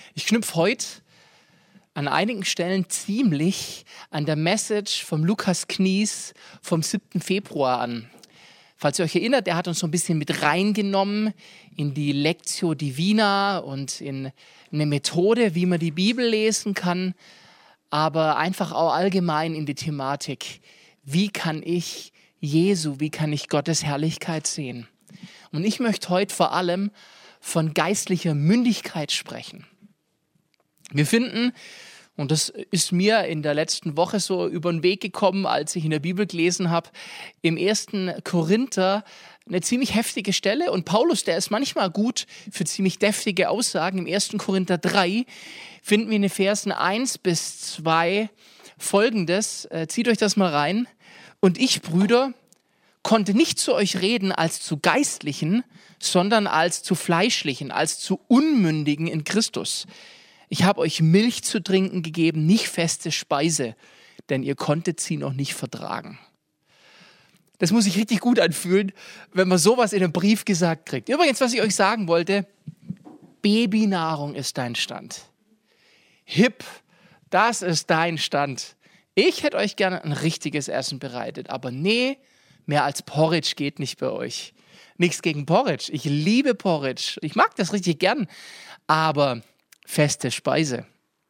Ich knüpfe heute an einigen Stellen ziemlich an der Message vom Lukas Knies vom 7. Februar an. Falls ihr euch erinnert, der hat uns so ein bisschen mit reingenommen in die Lectio Divina und in eine Methode, wie man die Bibel lesen kann, aber einfach auch allgemein in die Thematik, wie kann ich wie kann ich Gottes Herrlichkeit sehen? Und ich möchte heute vor allem von geistlicher Mündigkeit sprechen. Wir finden, und das ist mir in der letzten Woche so über den Weg gekommen, als ich in der Bibel gelesen habe, im 1. Korinther eine ziemlich heftige Stelle. Und Paulus, der ist manchmal gut für ziemlich deftige Aussagen. Im 1. Korinther 3 finden wir in den Versen 1-2 Folgendes. Zieht euch das mal rein. Und ich, Brüder, konnte nicht zu euch reden als zu Geistlichen, sondern als zu Fleischlichen, als zu Unmündigen in Christus. Ich habe euch Milch zu trinken gegeben, nicht feste Speise, denn ihr konntet sie noch nicht vertragen. Das muss sich richtig gut anfühlen, wenn man sowas in einem Brief gesagt kriegt. Übrigens, was ich euch sagen wollte, Babynahrung ist dein Stand. Hip, das ist dein Stand. Ich hätte euch gerne ein richtiges Essen bereitet, aber nee, mehr als Porridge geht nicht bei euch. Nichts gegen Porridge. Ich liebe Porridge. Ich mag das richtig gern. Aber feste Speise.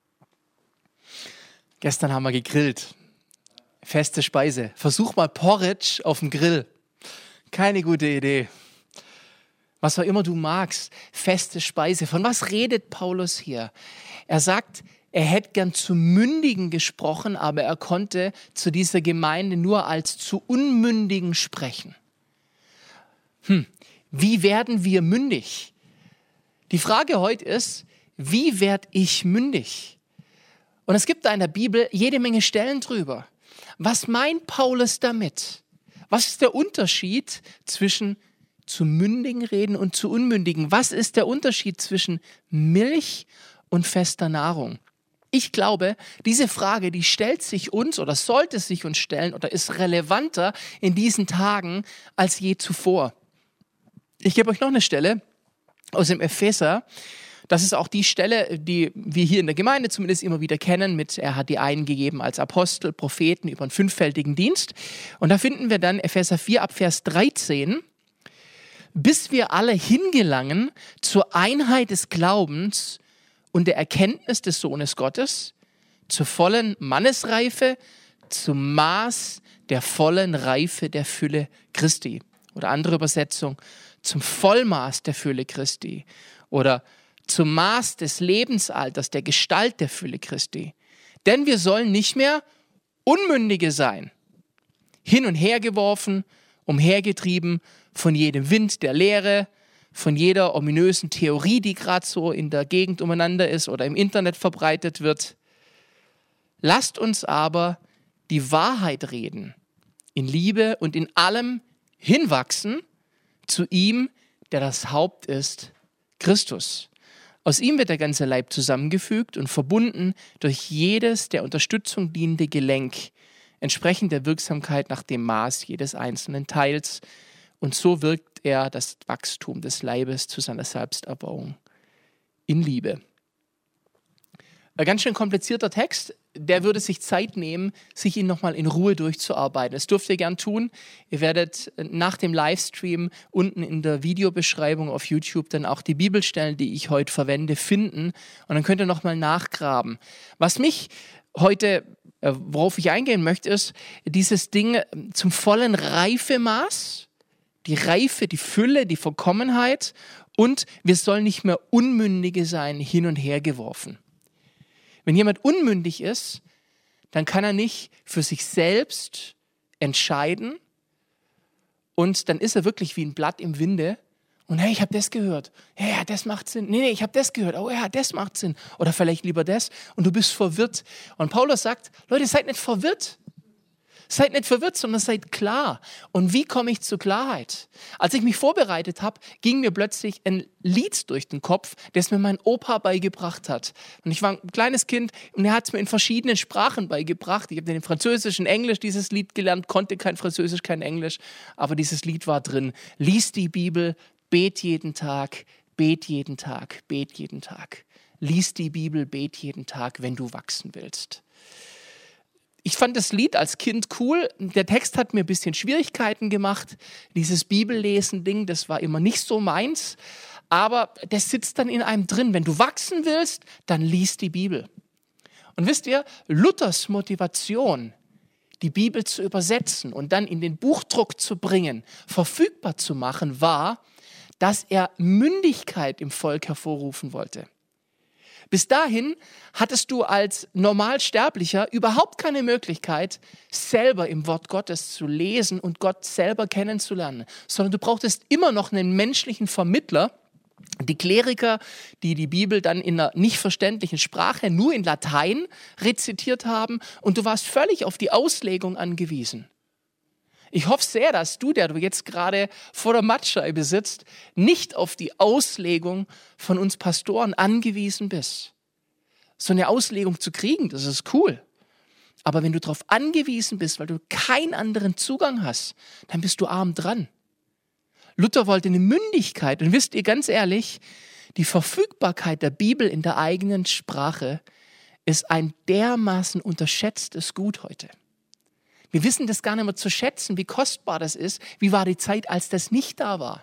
Gestern haben wir gegrillt. Feste Speise. Versuch mal Porridge auf dem Grill. Keine gute Idee. Was auch immer du magst. Feste Speise. Von was redet Paulus hier? Er sagt, er hätte gern zu Mündigen gesprochen, aber er konnte zu dieser Gemeinde nur als zu Unmündigen sprechen. Wie werden wir mündig? Die Frage heute ist, wie werde ich mündig? Und es gibt da in der Bibel jede Menge Stellen drüber. Was meint Paulus damit? Was ist der Unterschied zwischen zu mündigen Reden und zu unmündigen? Was ist der Unterschied zwischen Milch und fester Nahrung? Ich glaube, diese Frage, die stellt sich uns oder sollte sich uns stellen oder ist relevanter in diesen Tagen als je zuvor. Ich gebe euch noch eine Stelle aus dem Epheser. Das ist auch die Stelle, die wir hier in der Gemeinde zumindest immer wieder kennen. Er hat die einen gegeben als Apostel, Propheten über einen 5-fältigen Dienst. Und da finden wir dann Epheser 4 ab Vers 13. Bis wir alle hingelangen zur Einheit des Glaubens und der Erkenntnis des Sohnes Gottes, zur vollen Mannesreife, zum Maß der vollen Reife der Fülle Christi. Oder andere Übersetzung, zum Vollmaß der Fülle Christi. Oder zum Maß des Lebensalters, der Gestalt der Fülle Christi. Denn wir sollen nicht mehr Unmündige sein, hin und her geworfen, umhergetrieben von jedem Wind der Lehre, von jeder ominösen Theorie, die gerade so in der Gegend umeinander ist oder im Internet verbreitet wird. Lasst uns aber die Wahrheit reden, in Liebe und in allem hinwachsen zu ihm, der das Haupt ist, Christus. Aus ihm wird der ganze Leib zusammengefügt und verbunden durch jedes der Unterstützung dienende Gelenk, entsprechend der Wirksamkeit nach dem Maß jedes einzelnen Teils. Und so wirkt er das Wachstum des Leibes zu seiner Selbsterbauung in Liebe. Ein ganz schön komplizierter Text, der würde sich Zeit nehmen, sich ihn nochmal in Ruhe durchzuarbeiten. Das dürft ihr gern tun. Ihr werdet nach dem Livestream unten in der Videobeschreibung auf YouTube dann auch die Bibelstellen, die ich heute verwende, finden. Und dann könnt ihr nochmal nachgraben. Was mich heute, worauf ich eingehen möchte, ist dieses Ding zum vollen Reifemaß. Die Reife, die Fülle, die Vollkommenheit. Und wir sollen nicht mehr Unmündige sein, hin und her geworfen. Wenn jemand unmündig ist, dann kann er nicht für sich selbst entscheiden und dann ist er wirklich wie ein Blatt im Winde und hey, ich habe das gehört, ja, das macht Sinn, nee, ich habe das gehört, oh ja, das macht Sinn oder vielleicht lieber das und du bist verwirrt. Und Paulus sagt, Leute, seid nicht verwirrt. Seid nicht verwirrt, sondern seid klar. Und wie komme ich zur Klarheit? Als ich mich vorbereitet habe, ging mir plötzlich ein Lied durch den Kopf, das mir mein Opa beigebracht hat. Und ich war ein kleines Kind und er hat es mir in verschiedenen Sprachen beigebracht. Ich habe in Französisch, in Englisch dieses Lied gelernt, konnte kein Französisch, kein Englisch, aber dieses Lied war drin. Lies die Bibel, bet jeden Tag, bet jeden Tag, bet jeden Tag. lies die Bibel, bet jeden Tag, wenn du wachsen willst. Ich fand das Lied als Kind cool. Der Text hat mir ein bisschen Schwierigkeiten gemacht. Dieses Bibellesen-Ding, das war immer nicht so meins. Aber das sitzt dann in einem drin. Wenn du wachsen willst, dann lies die Bibel. Und wisst ihr, Luthers Motivation, die Bibel zu übersetzen und dann in den Buchdruck zu bringen, verfügbar zu machen, war, dass er Mündigkeit im Volk hervorrufen wollte. Bis dahin hattest du als Normalsterblicher überhaupt keine Möglichkeit, selber im Wort Gottes zu lesen und Gott selber kennenzulernen, sondern du brauchtest immer noch einen menschlichen Vermittler, die Kleriker, die die Bibel dann in einer nicht verständlichen Sprache, nur in Latein rezitiert haben, und du warst völlig auf die Auslegung angewiesen. Ich hoffe sehr, dass du, der du jetzt gerade vor der Mattscheibe sitzt, nicht auf die Auslegung von uns Pastoren angewiesen bist. So eine Auslegung zu kriegen, das ist cool. Aber wenn du darauf angewiesen bist, weil du keinen anderen Zugang hast, dann bist du arm dran. Luther wollte eine Mündigkeit. Und wisst ihr, ganz ehrlich, die Verfügbarkeit der Bibel in der eigenen Sprache ist ein dermaßen unterschätztes Gut heute. Wir wissen das gar nicht mehr zu schätzen, wie kostbar das ist. Wie war die Zeit, als das nicht da war?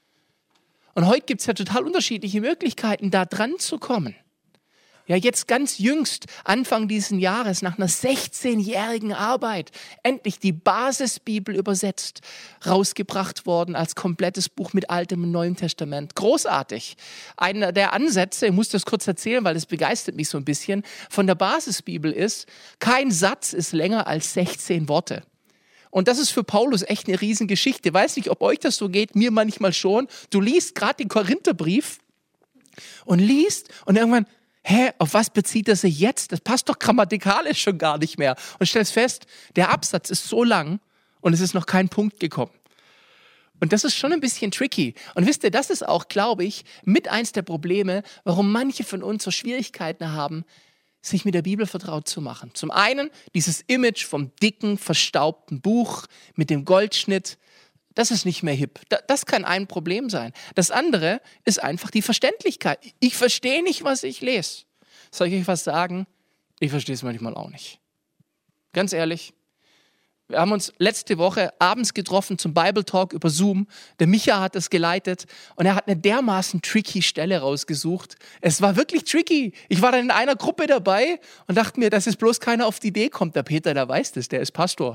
Und heute gibt es ja total unterschiedliche Möglichkeiten, da dran zu kommen. Ja, jetzt ganz jüngst, Anfang dieses Jahres, nach einer 16-jährigen Arbeit, endlich die Basisbibel übersetzt, rausgebracht worden als komplettes Buch mit Altem und Neuem Testament. Großartig. Einer der Ansätze, ich muss das kurz erzählen, weil das begeistert mich so ein bisschen, von der Basisbibel ist, kein Satz ist länger als 16 Worte. Und das ist für Paulus echt eine Riesengeschichte. Weiß nicht, ob euch das so geht, mir manchmal schon. Du liest gerade den Korintherbrief und liest und irgendwann, auf was bezieht er sich jetzt? Das passt doch grammatikalisch schon gar nicht mehr. Und stellst fest, der Absatz ist so lang und es ist noch kein Punkt gekommen. Und das ist schon ein bisschen tricky. Und wisst ihr, das ist auch, glaube ich, mit eins der Probleme, warum manche von uns so Schwierigkeiten haben, sich mit der Bibel vertraut zu machen. Zum einen dieses Image vom dicken, verstaubten Buch mit dem Goldschnitt. Das ist nicht mehr hip. Das kann ein Problem sein. Das andere ist einfach die Verständlichkeit. Ich verstehe nicht, was ich lese. Soll ich euch was sagen? Ich verstehe es manchmal auch nicht. Ganz ehrlich. Wir haben uns letzte Woche abends getroffen zum Bible Talk über Zoom. Der Micha hat das geleitet und er hat eine dermaßen tricky Stelle rausgesucht. Es war wirklich tricky. Ich war dann in einer Gruppe dabei und dachte mir, dass es bloß keiner auf die Idee kommt. Der Peter, der weiß das, der ist Pastor.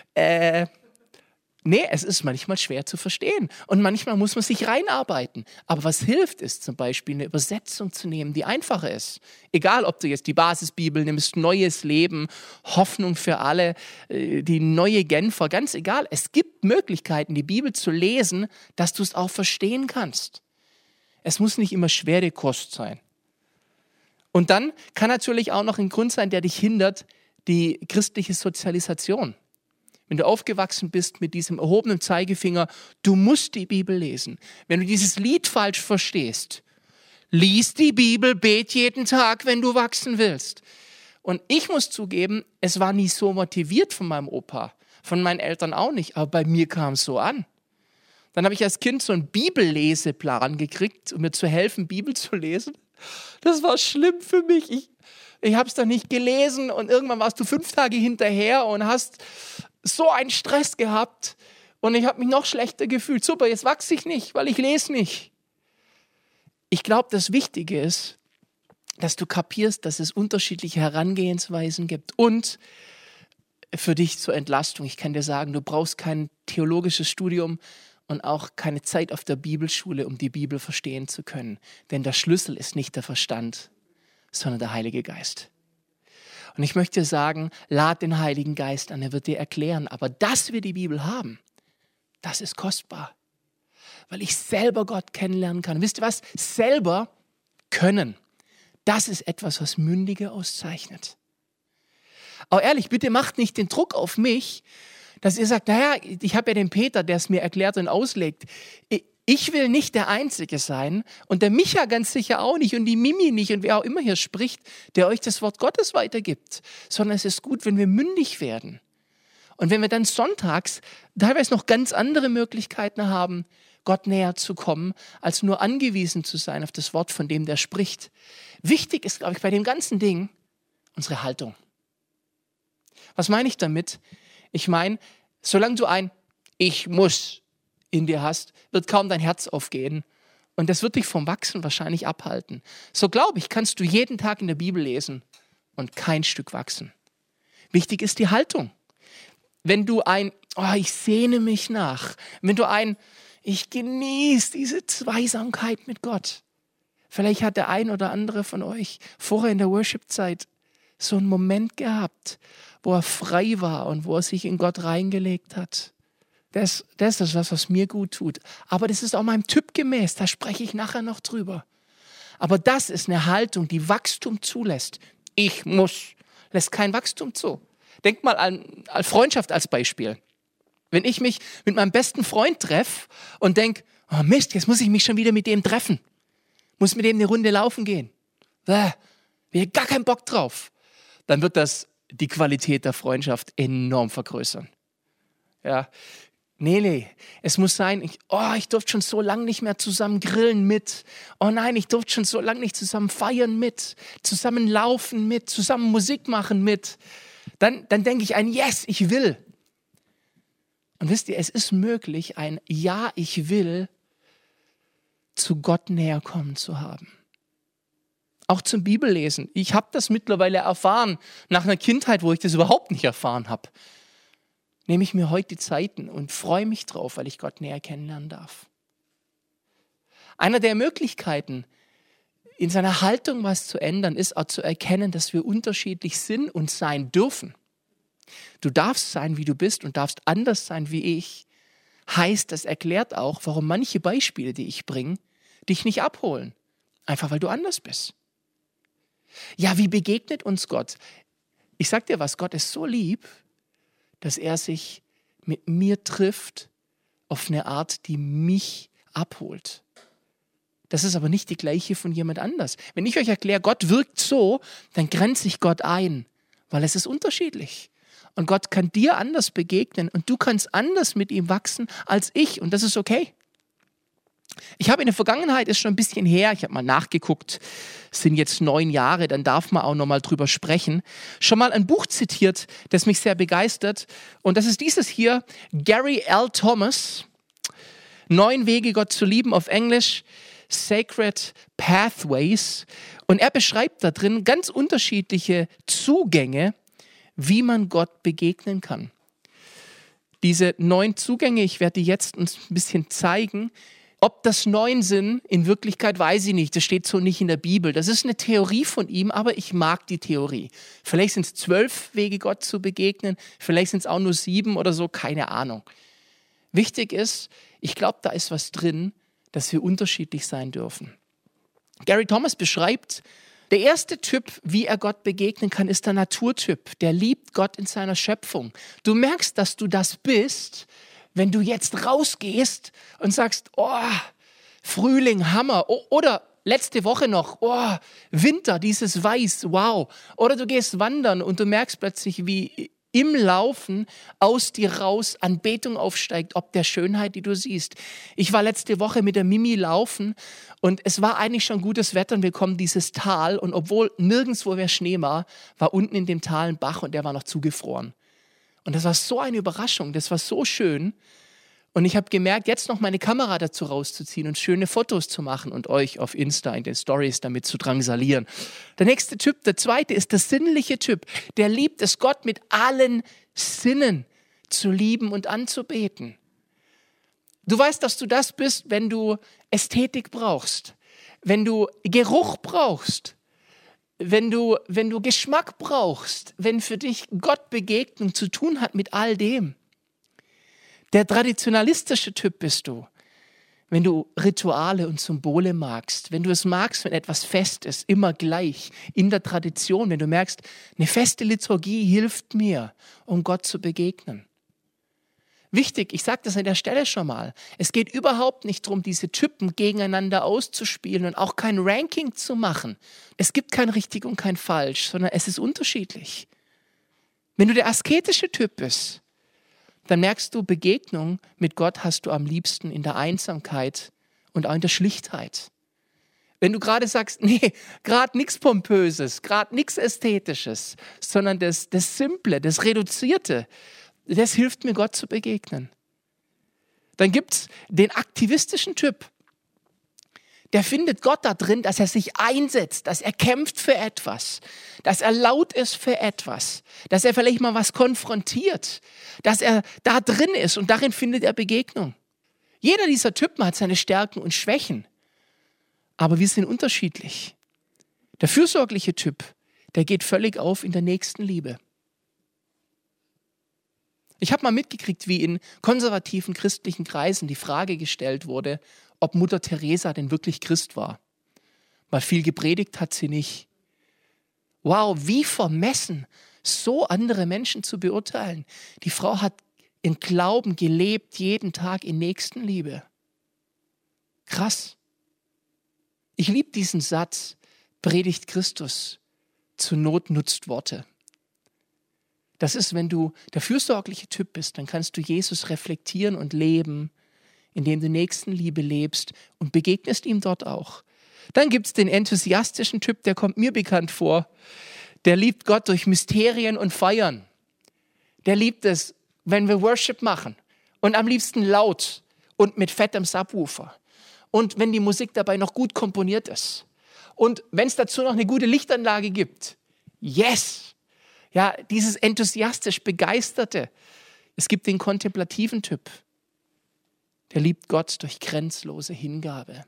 Nee, es ist manchmal schwer zu verstehen und manchmal muss man sich reinarbeiten. Aber was hilft, ist zum Beispiel eine Übersetzung zu nehmen, die einfacher ist. Egal, ob du jetzt die Basisbibel nimmst, Neues Leben, Hoffnung für alle, die neue Genfer, ganz egal. Es gibt Möglichkeiten, die Bibel zu lesen, dass du es auch verstehen kannst. Es muss nicht immer schwere Kost sein. Und dann kann natürlich auch noch ein Grund sein, der dich hindert, die christliche Sozialisation. Wenn du aufgewachsen bist mit diesem erhobenen Zeigefinger, du musst die Bibel lesen. Wenn du dieses Lied falsch verstehst, lies die Bibel, bet jeden Tag, wenn du wachsen willst. Und ich muss zugeben, es war nie so motiviert von meinem Opa, von meinen Eltern auch nicht, aber bei mir kam es so an. Dann habe ich als Kind so einen Bibelleseplan gekriegt, um mir zu helfen, Bibel zu lesen. Das war schlimm für mich. Ich habe es dann nicht gelesen und irgendwann warst du 5 Tage hinterher und hast so einen Stress gehabt und ich habe mich noch schlechter gefühlt. Super, jetzt wachse ich nicht, weil ich lese nicht. Ich glaube, das Wichtige ist, dass du kapierst, dass es unterschiedliche Herangehensweisen gibt. Und für dich zur Entlastung, ich kann dir sagen, du brauchst kein theologisches Studium und auch keine Zeit auf der Bibelschule, um die Bibel verstehen zu können. Denn der Schlüssel ist nicht der Verstand, sondern der Heilige Geist. Und ich möchte sagen, lad den Heiligen Geist an, er wird dir erklären. Aber dass wir die Bibel haben, das ist kostbar. Weil ich selber Gott kennenlernen kann. Wisst ihr was? Selber können. Das ist etwas, was Mündige auszeichnet. Aber ehrlich, bitte macht nicht den Druck auf mich, dass ihr sagt, naja, ich habe ja den Peter, der es mir erklärt und auslegt. Ich will nicht der Einzige sein und der Micha ganz sicher auch nicht und die Mimi nicht und wer auch immer hier spricht, der euch das Wort Gottes weitergibt. Sondern es ist gut, wenn wir mündig werden. Und wenn wir dann sonntags teilweise noch ganz andere Möglichkeiten haben, Gott näher zu kommen, als nur angewiesen zu sein auf das Wort von dem, der spricht. Wichtig ist, glaube ich, bei dem ganzen Ding unsere Haltung. Was meine ich damit? Ich meine, solange du ein Ich muss in dir hast, wird kaum dein Herz aufgehen. Und das wird dich vom Wachsen wahrscheinlich abhalten. So glaube ich, kannst du jeden Tag in der Bibel lesen und kein Stück wachsen. Wichtig ist die Haltung. Wenn du ich sehne mich nach, wenn du ich genieße diese Zweisamkeit mit Gott. Vielleicht hat der ein oder andere von euch vorher in der Worship-Zeit so einen Moment gehabt, wo er frei war und wo er sich in Gott reingelegt hat. Das ist was mir gut tut. Aber das ist auch meinem Typ gemäß, da spreche ich nachher noch drüber. Aber das ist eine Haltung, die Wachstum zulässt. Ich muss, lässt kein Wachstum zu. Denk mal an Freundschaft als Beispiel. Wenn ich mich mit meinem besten Freund treffe und denke, oh Mist, jetzt muss ich mich schon wieder mit dem treffen. Muss mit dem eine Runde laufen gehen. Wir haben gar keinen Bock drauf. Dann wird das die Qualität der Freundschaft enorm vergrößern. Ja. Nee, es muss sein, ich durfte schon so lange nicht mehr zusammen grillen mit. Oh nein, ich durfte schon so lange nicht zusammen feiern mit, zusammen laufen mit, zusammen Musik machen mit. Dann denke ich Yes, ich will. Und wisst ihr, es ist möglich, ein Ja, ich will zu Gott näher kommen zu haben. Auch zum Bibellesen. Ich habe das mittlerweile erfahren, nach einer Kindheit, wo ich das überhaupt nicht erfahren habe. Nehme ich mir heute die Zeiten und freue mich drauf, weil ich Gott näher kennenlernen darf. Einer der Möglichkeiten, in seiner Haltung was zu ändern, ist auch zu erkennen, dass wir unterschiedlich sind und sein dürfen. Du darfst sein, wie du bist und darfst anders sein wie ich. Heißt, das erklärt auch, warum manche Beispiele, die ich bringe, dich nicht abholen. Einfach, weil du anders bist. Ja, wie begegnet uns Gott? Ich sag dir was, Gott ist so lieb, dass er sich mit mir trifft auf eine Art, die mich abholt. Das ist aber nicht die gleiche von jemand anders. Wenn ich euch erkläre, Gott wirkt so, dann grenze ich Gott ein, weil es ist unterschiedlich. Und Gott kann dir anders begegnen und du kannst anders mit ihm wachsen als ich und das ist okay. Ich habe in der Vergangenheit, ist schon ein bisschen her, ich habe mal nachgeguckt, es sind jetzt 9 Jahre, dann darf man auch noch mal drüber sprechen, schon mal ein Buch zitiert, das mich sehr begeistert. Und das ist dieses hier, Gary L. Thomas, 9 Wege, Gott zu lieben, auf Englisch, Sacred Pathways. Und er beschreibt da drin ganz unterschiedliche Zugänge, wie man Gott begegnen kann. Diese 9 Zugänge, ich werde die jetzt uns ein bisschen zeigen. Ob das 9 sind, in Wirklichkeit weiß ich nicht. Das steht so nicht in der Bibel. Das ist eine Theorie von ihm, aber ich mag die Theorie. Vielleicht sind es 12 Wege, Gott zu begegnen. Vielleicht sind es auch nur 7 oder so, keine Ahnung. Wichtig ist, ich glaube, da ist was drin, dass wir unterschiedlich sein dürfen. Gary Thomas beschreibt, der erste Typ, wie er Gott begegnen kann, ist der Naturtyp. Der liebt Gott in seiner Schöpfung. Du merkst, dass du das bist, wenn du jetzt rausgehst und sagst, Frühling, Hammer. Oder letzte Woche noch, Winter, dieses Weiß, wow. Oder du gehst wandern und du merkst plötzlich, wie im Laufen aus dir raus Anbetung aufsteigt, ob der Schönheit, die du siehst. Ich war letzte Woche mit der Mimi laufen und es war eigentlich schon gutes Wetter und wir kommen dieses Tal und obwohl nirgendwo mehr Schnee war unten in dem Tal ein Bach und der war noch zugefroren. Und das war so eine Überraschung, das war so schön. Und ich habe gemerkt, jetzt noch meine Kamera dazu rauszuziehen und schöne Fotos zu machen und euch auf Insta in den Stories damit zu drangsalieren. Der nächste Typ, der zweite, ist der sinnliche Typ. Der liebt es, Gott mit allen Sinnen zu lieben und anzubeten. Du weißt, dass du das bist, wenn du Ästhetik brauchst, wenn du Geruch brauchst, wenn du Geschmack brauchst, wenn für dich Gott Begegnung zu tun hat mit all dem. Der traditionalistische Typ bist du, wenn du Rituale und Symbole magst, wenn du es magst, wenn etwas fest ist, immer gleich, in der Tradition, wenn du merkst, eine feste Liturgie hilft mir, um Gott zu begegnen. Wichtig, ich sage das an der Stelle schon mal, es geht überhaupt nicht darum, diese Typen gegeneinander auszuspielen und auch kein Ranking zu machen. Es gibt kein richtig und kein falsch, sondern es ist unterschiedlich. Wenn du der asketische Typ bist, dann merkst du, Begegnung mit Gott hast du am liebsten in der Einsamkeit und auch in der Schlichtheit. Wenn du gerade sagst, nee, gerade nichts Pompöses, gerade nichts Ästhetisches, sondern das Simple, das Reduzierte, das hilft mir, Gott zu begegnen. Dann gibt es den aktivistischen Typ. Der findet Gott da drin, dass er sich einsetzt, dass er kämpft für etwas, dass er laut ist für etwas, dass er vielleicht mal was konfrontiert, dass er da drin ist und darin findet er Begegnung. Jeder dieser Typen hat seine Stärken und Schwächen, aber wir sind unterschiedlich. Der fürsorgliche Typ, der geht völlig auf in der Nächstenliebe. Ich habe mal mitgekriegt, wie in konservativen christlichen Kreisen die Frage gestellt wurde, ob Mutter Teresa denn wirklich Christ war. Weil viel gepredigt hat sie nicht. Wow, wie vermessen, so andere Menschen zu beurteilen. Die Frau hat in Glauben gelebt, jeden Tag in Nächstenliebe. Krass. Ich liebe diesen Satz, predigt Christus, zur Not nutzt Worte. Das ist, wenn du der fürsorgliche Typ bist, dann kannst du Jesus reflektieren und leben, indem du Nächstenliebe lebst und begegnest ihm dort auch. Dann gibt es den enthusiastischen Typ, der kommt mir bekannt vor. Der liebt Gott durch Mysterien und Feiern. Der liebt es, wenn wir Worship machen und am liebsten laut und mit fettem Subwoofer. Und wenn die Musik dabei noch gut komponiert ist. Und wenn es dazu noch eine gute Lichtanlage gibt. Yes! Ja, dieses enthusiastisch Begeisterte. Es gibt den kontemplativen Typ. Der liebt Gott durch grenzlose Hingabe.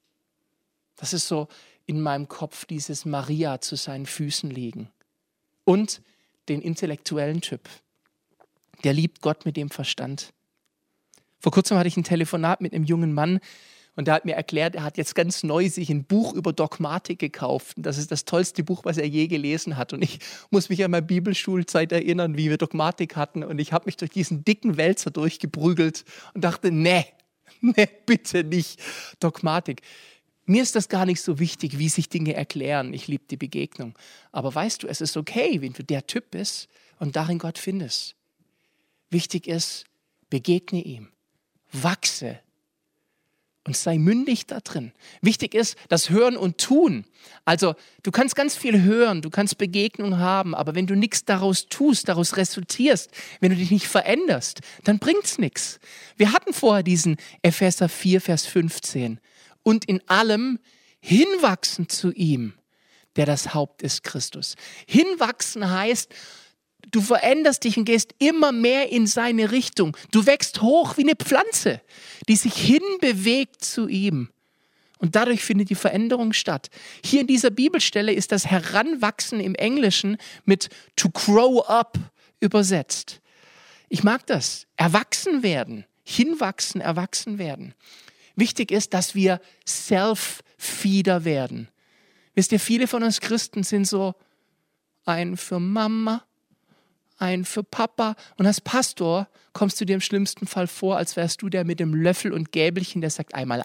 Das ist so in meinem Kopf dieses Maria zu seinen Füßen liegen. Und den intellektuellen Typ. Der liebt Gott mit dem Verstand. Vor kurzem hatte ich ein Telefonat mit einem jungen Mann und der hat mir erklärt, er hat jetzt ganz neu sich ein Buch über Dogmatik gekauft. Und das ist das tollste Buch, was er je gelesen hat. Und ich muss mich an meine Bibelschulzeit erinnern, wie wir Dogmatik hatten. Und ich habe mich durch diesen dicken Wälzer durchgeprügelt und dachte, nee, bitte nicht Dogmatik. Mir ist das gar nicht so wichtig, wie sich Dinge erklären. Ich liebe die Begegnung. Aber weißt du, es ist okay, wenn du der Typ bist und darin Gott findest. Wichtig ist, begegne ihm, wachse und sei mündig da drin. Wichtig ist das Hören und Tun. Also du kannst ganz viel hören, du kannst Begegnung haben, aber wenn du nichts daraus tust, daraus resultierst, wenn du dich nicht veränderst, dann bringt's nichts. Wir hatten vorher diesen Epheser 4, Vers 15. Und in allem hinwachsen zu ihm, der das Haupt ist, Christus. Hinwachsen heißt, du veränderst dich und gehst immer mehr in seine Richtung. Du wächst hoch wie eine Pflanze, die sich hinbewegt zu ihm. Und dadurch findet die Veränderung statt. Hier in dieser Bibelstelle ist das Heranwachsen im Englischen mit to grow up übersetzt. Ich mag das. Erwachsen werden. Hinwachsen, erwachsen werden. Wichtig ist, dass wir Self-Feeder werden. Wisst ihr, viele von uns Christen sind so ein für Mama, ein für Papa. Und als Pastor kommst du dir im schlimmsten Fall vor, als wärst du der mit dem Löffel und Gäbelchen, der sagt einmal,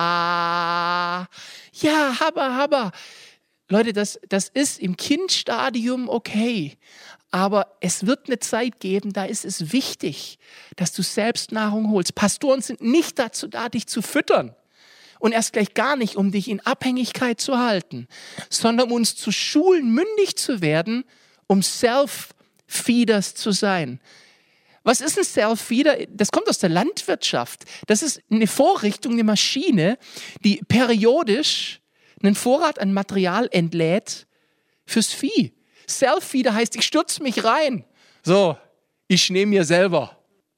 ja, Habba. Leute, das ist im Kindstadium okay. Aber es wird eine Zeit geben, da ist es wichtig, dass du selbst Nahrung holst. Pastoren sind nicht dazu da, dich zu füttern. Und erst gleich gar nicht, um dich in Abhängigkeit zu halten, sondern um uns zu schulen, mündig zu werden, um Self-Feeders zu sein. Was ist ein Self-Feeder? Das kommt aus der Landwirtschaft. Das ist eine Vorrichtung, eine Maschine, die periodisch einen Vorrat an Material entlädt fürs Vieh. Self-Feeder heißt, ich stürze mich rein. So, ich nehme mir selber.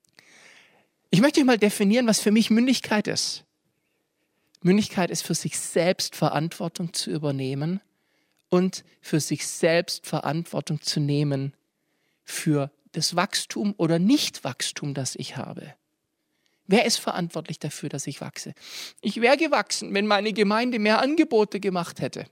Ich möchte euch mal definieren, was für mich Mündigkeit ist. Mündigkeit ist, für sich selbst Verantwortung zu übernehmen und für sich selbst Verantwortung zu nehmen für das Wachstum oder Nichtwachstum, das ich habe. Wer ist verantwortlich dafür, dass ich wachse? Ich wäre gewachsen, wenn meine Gemeinde mehr Angebote gemacht hätte.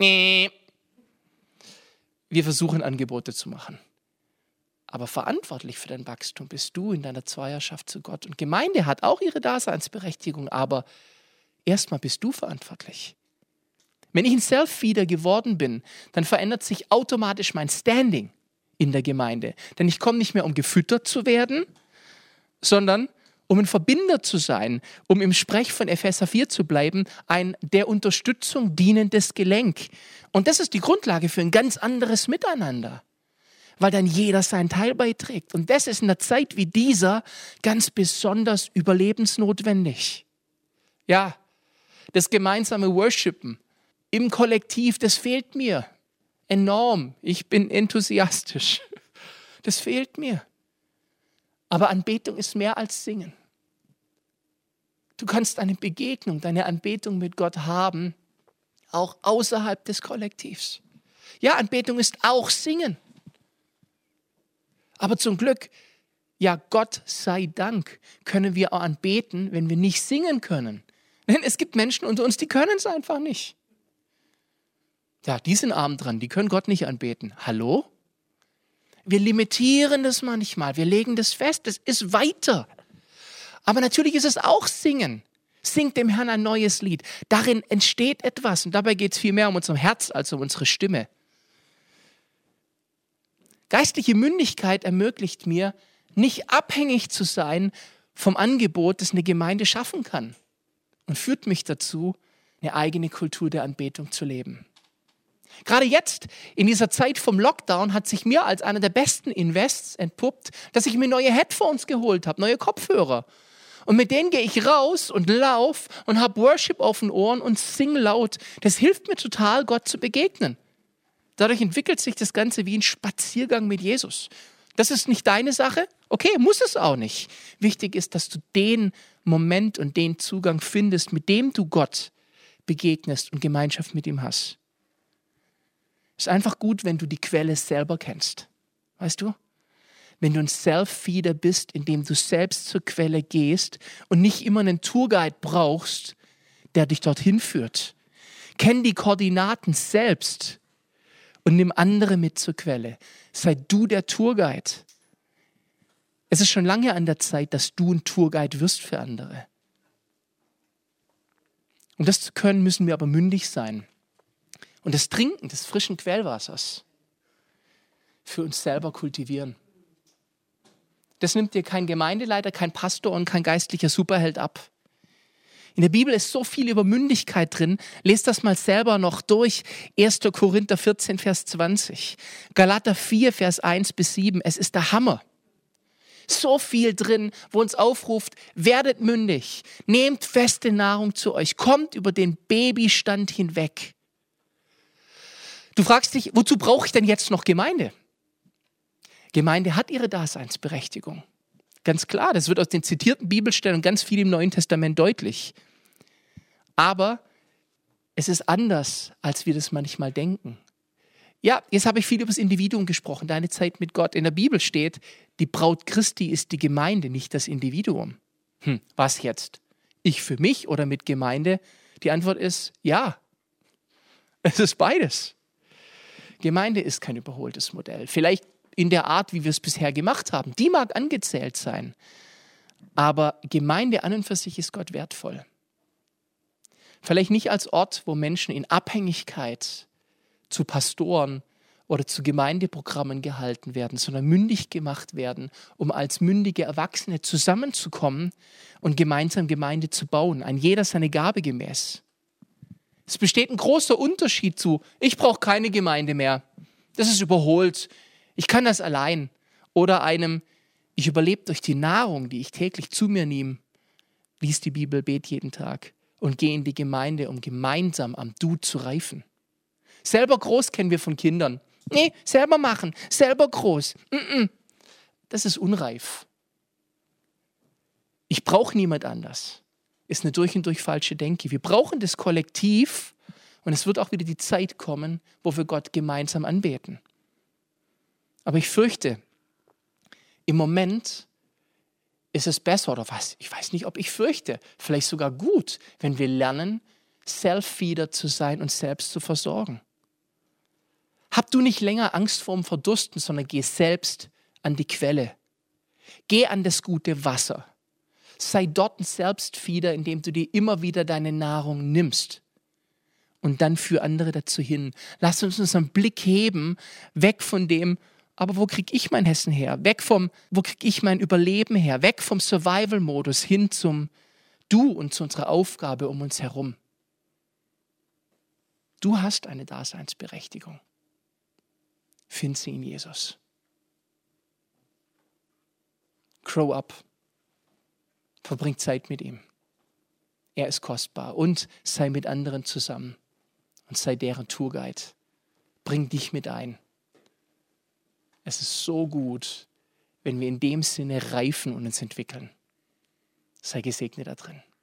Wir versuchen, Angebote zu machen. Aber verantwortlich für dein Wachstum bist du in deiner Zweierschaft zu Gott. Und Gemeinde hat auch ihre Daseinsberechtigung, aber erstmal bist du verantwortlich. Wenn ich ein Self-Feeder geworden bin, dann verändert sich automatisch mein Standing in der Gemeinde. Denn ich komme nicht mehr, um gefüttert zu werden, sondern um ein Verbinder zu sein, um im Sprech von Epheser 4 zu bleiben, ein der Unterstützung dienendes Gelenk. Und das ist die Grundlage für ein ganz anderes Miteinander, weil dann jeder seinen Teil beiträgt. Und das ist in einer Zeit wie dieser ganz besonders überlebensnotwendig. Ja, das gemeinsame Worshipen im Kollektiv, das fehlt mir enorm. Ich bin enthusiastisch. Das fehlt mir. Aber Anbetung ist mehr als Singen. Du kannst eine Begegnung, deine Anbetung mit Gott haben, auch außerhalb des Kollektivs. Ja, Anbetung ist auch Singen. Aber zum Glück, ja, Gott sei Dank, können wir auch anbeten, wenn wir nicht singen können. Denn es gibt Menschen unter uns, die können es einfach nicht. Ja, die sind arm dran, die können Gott nicht anbeten. Hallo? Wir limitieren das manchmal, wir legen das fest, das ist weiter. Aber natürlich ist es auch Singen. Singt dem Herrn ein neues Lied. Darin entsteht etwas und dabei geht es viel mehr um unser Herz als um unsere Stimme. Geistliche Mündigkeit ermöglicht mir, nicht abhängig zu sein vom Angebot, das eine Gemeinde schaffen kann und führt mich dazu, eine eigene Kultur der Anbetung zu leben. Gerade jetzt, in dieser Zeit vom Lockdown, hat sich mir als einer der besten Invests entpuppt, dass ich mir neue Headphones geholt habe, neue Kopfhörer. Und mit denen gehe ich raus und laufe und habe Worship auf den Ohren und singe laut. Das hilft mir total, Gott zu begegnen. Dadurch entwickelt sich das Ganze wie ein Spaziergang mit Jesus. Das ist nicht deine Sache? Okay, muss es auch nicht. Wichtig ist, dass du den Moment und den Zugang findest, mit dem du Gott begegnest und Gemeinschaft mit ihm hast. Es ist einfach gut, wenn du die Quelle selber kennst. Weißt du? Wenn du ein Self-Feeder bist, indem du selbst zur Quelle gehst und nicht immer einen Tourguide brauchst, der dich dorthin führt. Kenn die Koordinaten selbst und nimm andere mit zur Quelle. Sei du der Tourguide. Es ist schon lange an der Zeit, dass du ein Tourguide wirst für andere. Um das zu können, müssen wir aber mündig sein. Und das Trinken des frischen Quellwassers für uns selber kultivieren. Das nimmt dir kein Gemeindeleiter, kein Pastor und kein geistlicher Superheld ab. In der Bibel ist so viel über Mündigkeit drin. Lest das mal selber noch durch. 1. Korinther 14, Vers 20. Galater 4, Vers 1 bis 7. Es ist der Hammer. So viel drin, wo uns aufruft, werdet mündig, nehmt feste Nahrung zu euch, kommt über den Babystand hinweg. Du fragst dich, wozu brauche ich denn jetzt noch Gemeinde? Gemeinde hat ihre Daseinsberechtigung. Ganz klar, das wird aus den zitierten Bibelstellen und ganz viel im Neuen Testament deutlich. Aber es ist anders, als wir das manchmal denken. Ja, jetzt habe ich viel über das Individuum gesprochen, deine Zeit mit Gott. In der Bibel steht, die Braut Christi ist die Gemeinde, nicht das Individuum. Was jetzt? Ich für mich oder mit Gemeinde? Die Antwort ist ja. Es ist beides. Gemeinde ist kein überholtes Modell. Vielleicht in der Art, wie wir es bisher gemacht haben. Die mag angezählt sein. Aber Gemeinde an und für sich ist Gott wertvoll. Vielleicht nicht als Ort, wo Menschen in Abhängigkeit zu Pastoren oder zu Gemeindeprogrammen gehalten werden, sondern mündig gemacht werden, um als mündige Erwachsene zusammenzukommen und gemeinsam Gemeinde zu bauen. Ein jeder seine Gabe gemäß. Es besteht ein großer Unterschied zu, ich brauche keine Gemeinde mehr. Das ist überholt. Ich kann das allein. Oder einem, ich überlebe durch die Nahrung, die ich täglich zu mir nehme, lies die Bibel, bet jeden Tag und gehe in die Gemeinde, um gemeinsam am Du zu reifen. Selber groß kennen wir von Kindern. Nee, selber machen, selber groß. Das ist unreif. Ich brauche niemand anders. Ist eine durch und durch falsche Denke. Wir brauchen das Kollektiv und es wird auch wieder die Zeit kommen, wo wir Gott gemeinsam anbeten. Aber ich fürchte, im Moment ist es besser oder was? Ich weiß nicht, ob ich fürchte. Vielleicht sogar gut, wenn wir lernen, Self-Feeder zu sein und selbst zu versorgen. Hab du nicht länger Angst vorm Verdursten, sondern geh selbst an die Quelle. Geh an das gute Wasser. Sei dort ein Selbstfeeder, indem du dir immer wieder deine Nahrung nimmst. Und dann für andere dazu hin. Lass uns unseren Blick heben, weg von dem, Aber wo kriege ich mein Hessen her? Wo kriege ich mein Überleben her? Weg vom Survival-Modus hin zum Du und zu unserer Aufgabe um uns herum. Du hast eine Daseinsberechtigung. Find sie in Jesus. Grow up. Verbring Zeit mit ihm. Er ist kostbar. Und sei mit anderen zusammen. Und sei deren Tourguide. Bring dich mit ein. Es ist so gut, wenn wir in dem Sinne reifen und uns entwickeln. Sei gesegnet da drin.